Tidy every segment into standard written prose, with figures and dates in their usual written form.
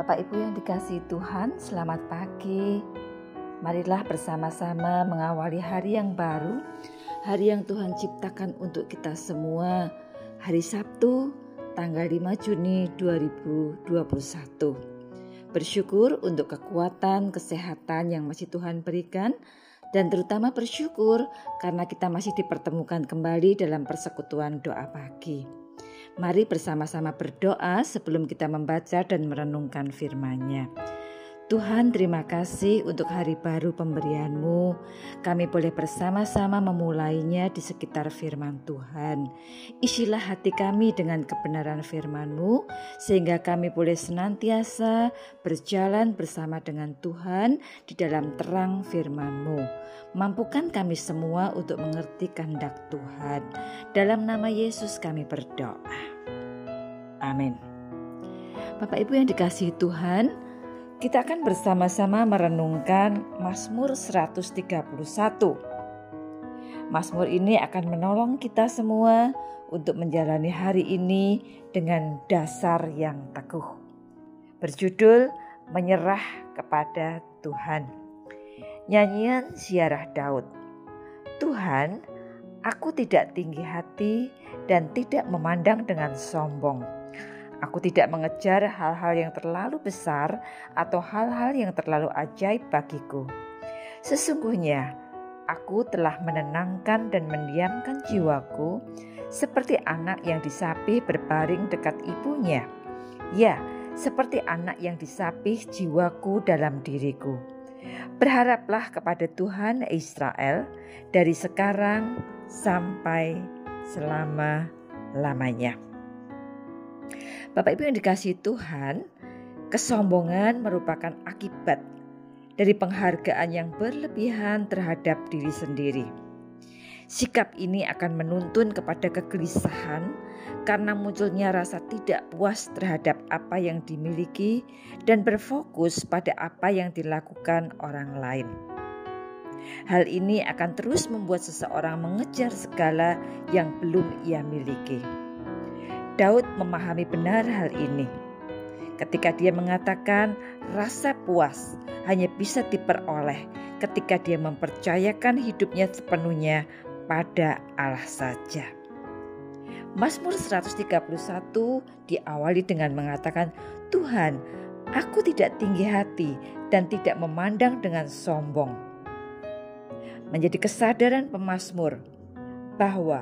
Bapak Ibu yang dikasihi Tuhan, selamat pagi. Marilah bersama-sama mengawali hari yang baru, hari yang Tuhan ciptakan untuk kita semua, hari Sabtu, tanggal 5 Juni 2021. Bersyukur untuk kekuatan, kesehatan yang masih Tuhan berikan, dan terutama bersyukur karena kita masih dipertemukan kembali dalam persekutuan doa pagi. Mari bersama-sama berdoa sebelum kita membaca dan merenungkan firman-Nya. Tuhan, terima kasih untuk hari baru pemberian-Mu. Kami boleh bersama-sama memulainya di sekitar firman Tuhan. Isilah hati kami dengan kebenaran firman-Mu, sehingga kami boleh senantiasa berjalan bersama dengan Tuhan di dalam terang firman-Mu. Mampukan kami semua untuk mengerti kehendak Tuhan. Dalam nama Yesus kami berdoa. Amin. Bapak Ibu yang dikasihi Tuhan, kita akan bersama-sama merenungkan Mazmur 131. Mazmur ini akan menolong kita semua untuk menjalani hari ini dengan dasar yang teguh. Berjudul Menyerah kepada Tuhan. Nyanyian Ziarah Daud. Tuhan, aku tidak tinggi hati dan tidak memandang dengan sombong. Aku tidak mengejar hal-hal yang terlalu besar atau hal-hal yang terlalu ajaib bagiku. Sesungguhnya, aku telah menenangkan dan mendiamkan jiwaku seperti anak yang disapih berbaring dekat ibunya. Ya, seperti anak yang disapih jiwaku dalam diriku. Berharaplah kepada Tuhan Israel dari sekarang sampai selama-lamanya. Bapak Ibu yang dikasihi Tuhan, kesombongan merupakan akibat dari penghargaan yang berlebihan terhadap diri sendiri. Sikap ini akan menuntun kepada kegelisahan karena munculnya rasa tidak puas terhadap apa yang dimiliki dan berfokus pada apa yang dilakukan orang lain. Hal ini akan terus membuat seseorang mengejar segala yang belum ia miliki. Daud memahami benar hal ini ketika dia mengatakan rasa puas hanya bisa diperoleh ketika dia mempercayakan hidupnya sepenuhnya pada Allah saja. Mazmur 131 diawali dengan mengatakan, Tuhan, aku tidak tinggi hati dan tidak memandang dengan sombong. Menjadi kesadaran pemazmur bahwa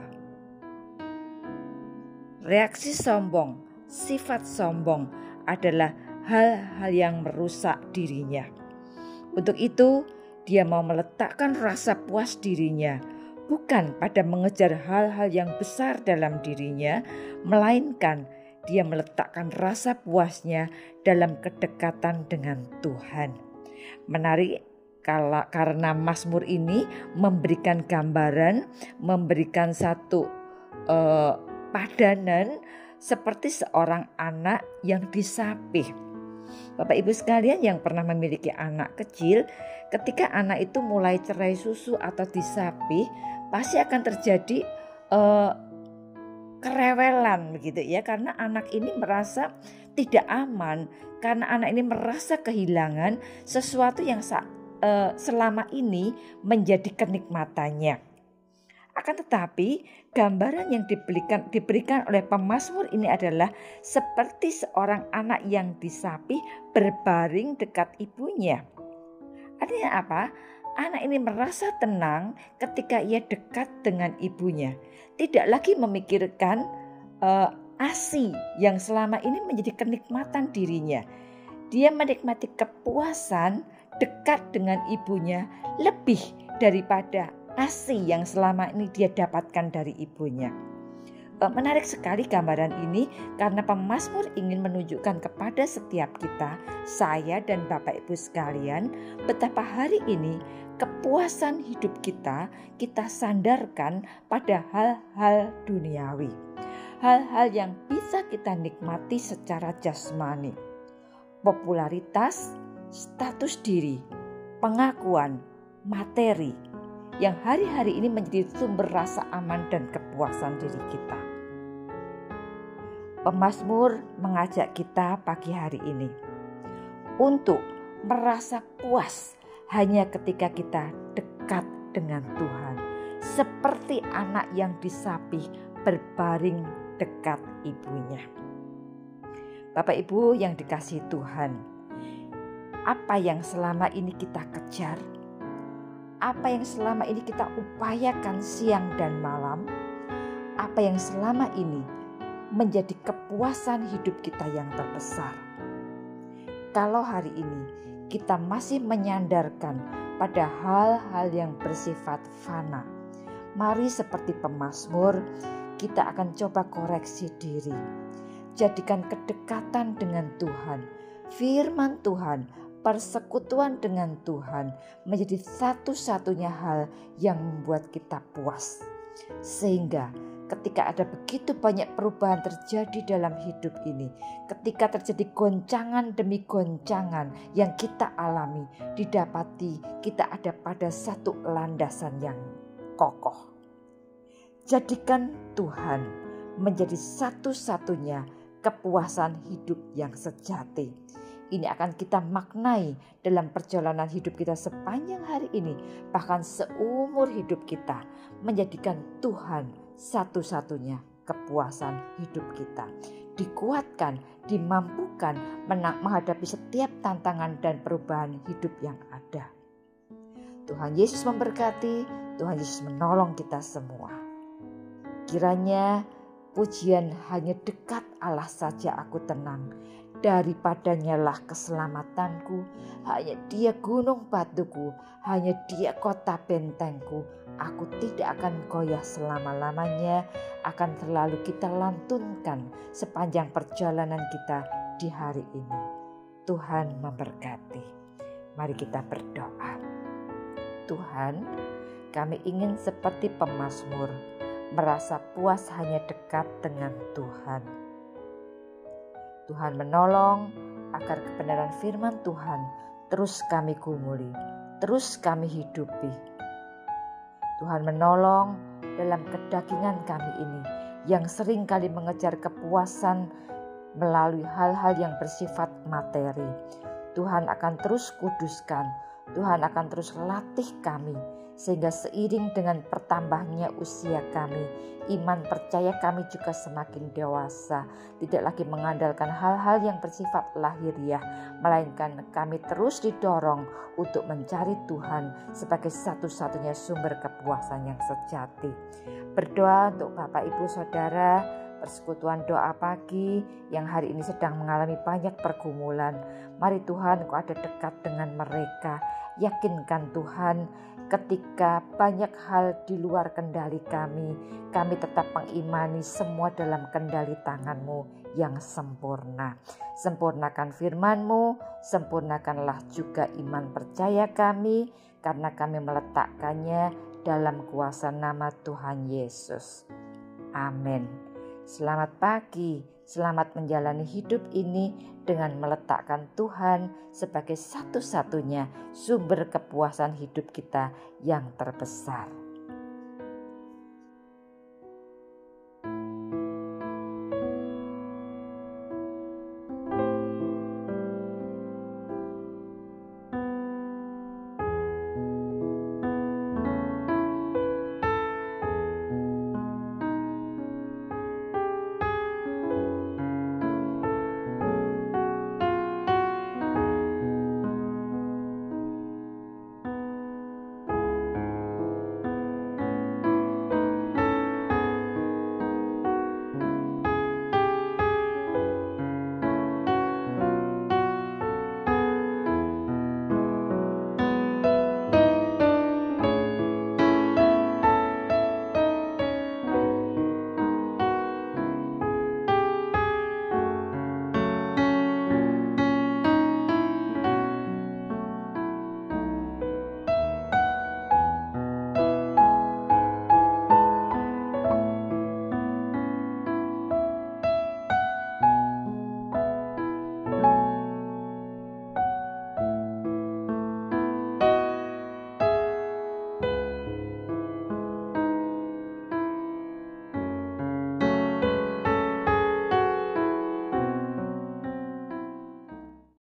reaksi sombong, sifat sombong adalah hal-hal yang merusak dirinya. Untuk itu, dia mau meletakkan rasa puas dirinya bukan pada mengejar hal-hal yang besar dalam dirinya, melainkan dia meletakkan rasa puasnya dalam kedekatan dengan Tuhan. Menarik karena Mazmur ini memberikan gambaran, memberikan satu padanan seperti seorang anak yang disapih. Bapak Ibu sekalian yang pernah memiliki anak kecil, ketika anak itu mulai cerai susu atau disapih, pasti akan terjadi kerewelan begitu ya, karena anak ini merasa tidak aman, karena anak ini merasa kehilangan sesuatu yang selama ini menjadi kenikmatannya. Akan tetapi gambaran yang diberikan oleh pemazmur ini adalah seperti seorang anak yang disapih berbaring dekat ibunya. Artinya apa? Anak ini merasa tenang ketika ia dekat dengan ibunya. Tidak lagi memikirkan ASI yang selama ini menjadi kenikmatan dirinya. Dia menikmati kepuasan dekat dengan ibunya lebih daripada ASI yang selama ini dia dapatkan dari ibunya. Menarik sekali gambaran ini karena pemazmur ingin menunjukkan kepada setiap kita, saya dan Bapak Ibu sekalian, betapa hari ini kepuasan hidup kita sandarkan pada hal-hal duniawi. Hal-hal yang bisa kita nikmati secara jasmani. Popularitas, status diri, pengakuan, materi yang hari-hari ini menjadi sumber rasa aman dan kepuasan diri kita. Pemazmur mengajak kita pagi hari ini untuk merasa puas hanya ketika kita dekat dengan Tuhan. Seperti anak yang disapih berbaring dekat ibunya. Bapak Ibu yang dikasihi Tuhan, apa yang selama ini kita kejar? Apa yang selama ini kita upayakan siang dan malam? Apa yang selama ini menjadi kepuasan hidup kita yang terbesar? Kalau hari ini kita masih menyandarkan pada hal-hal yang bersifat fana, mari seperti pemazmur kita akan coba koreksi diri. Jadikan kedekatan dengan Tuhan, firman Tuhan, persekutuan dengan Tuhan menjadi satu-satunya hal yang membuat kita puas. Sehingga ketika ada begitu banyak perubahan terjadi dalam hidup ini, ketika terjadi goncangan demi goncangan yang kita alami, didapati kita ada pada satu landasan yang kokoh. Jadikan Tuhan menjadi satu-satunya kepuasan hidup yang sejati. Ini akan kita maknai dalam perjalanan hidup kita sepanjang hari ini, bahkan seumur hidup kita, menjadikan Tuhan satu-satunya kepuasan hidup kita. Dikuatkan, dimampukan menghadapi setiap tantangan dan perubahan hidup yang ada. Tuhan Yesus memberkati, Tuhan Yesus menolong kita semua. Kiranya pujian hanya dekat Allah saja aku tenang. Daripadanya lah keselamatanku, hanya Dia gunung batuku, hanya Dia kota bentengku. Aku tidak akan goyah selama-lamanya, akan selalu kita lantunkan sepanjang perjalanan kita di hari ini. Tuhan memberkati. Mari kita berdoa. Tuhan, kami ingin seperti pemazmur, merasa puas hanya dekat dengan Tuhan. Tuhan menolong agar kebenaran firman Tuhan terus kami gumuli, terus kami hidupi. Tuhan menolong dalam kedagingan kami ini yang sering kali mengejar kepuasan melalui hal-hal yang bersifat materi. Tuhan akan terus kuduskan, Tuhan akan terus latih kami, sehingga seiring dengan bertambahnya usia kami, iman percaya kami juga semakin dewasa, tidak lagi mengandalkan hal-hal yang bersifat lahiriah, melainkan kami terus didorong untuk mencari Tuhan sebagai satu-satunya sumber kepuasan yang sejati. Berdoa untuk Bapak Ibu Saudara persekutuan doa pagi yang hari ini sedang mengalami banyak pergumulan. Mari Tuhan, Engkau ada dekat dengan mereka. Yakinkan Tuhan, ketika banyak hal di luar kendali kami tetap mengimani semua dalam kendali tangan-Mu yang sempurna. Sempurnakan firman-Mu, sempurnakanlah juga iman percaya kami, karena kami meletakkannya dalam kuasa nama Tuhan Yesus. Amin. Selamat pagi, selamat menjalani hidup ini dengan meletakkan Tuhan sebagai satu-satunya sumber kepuasan hidup kita yang terbesar.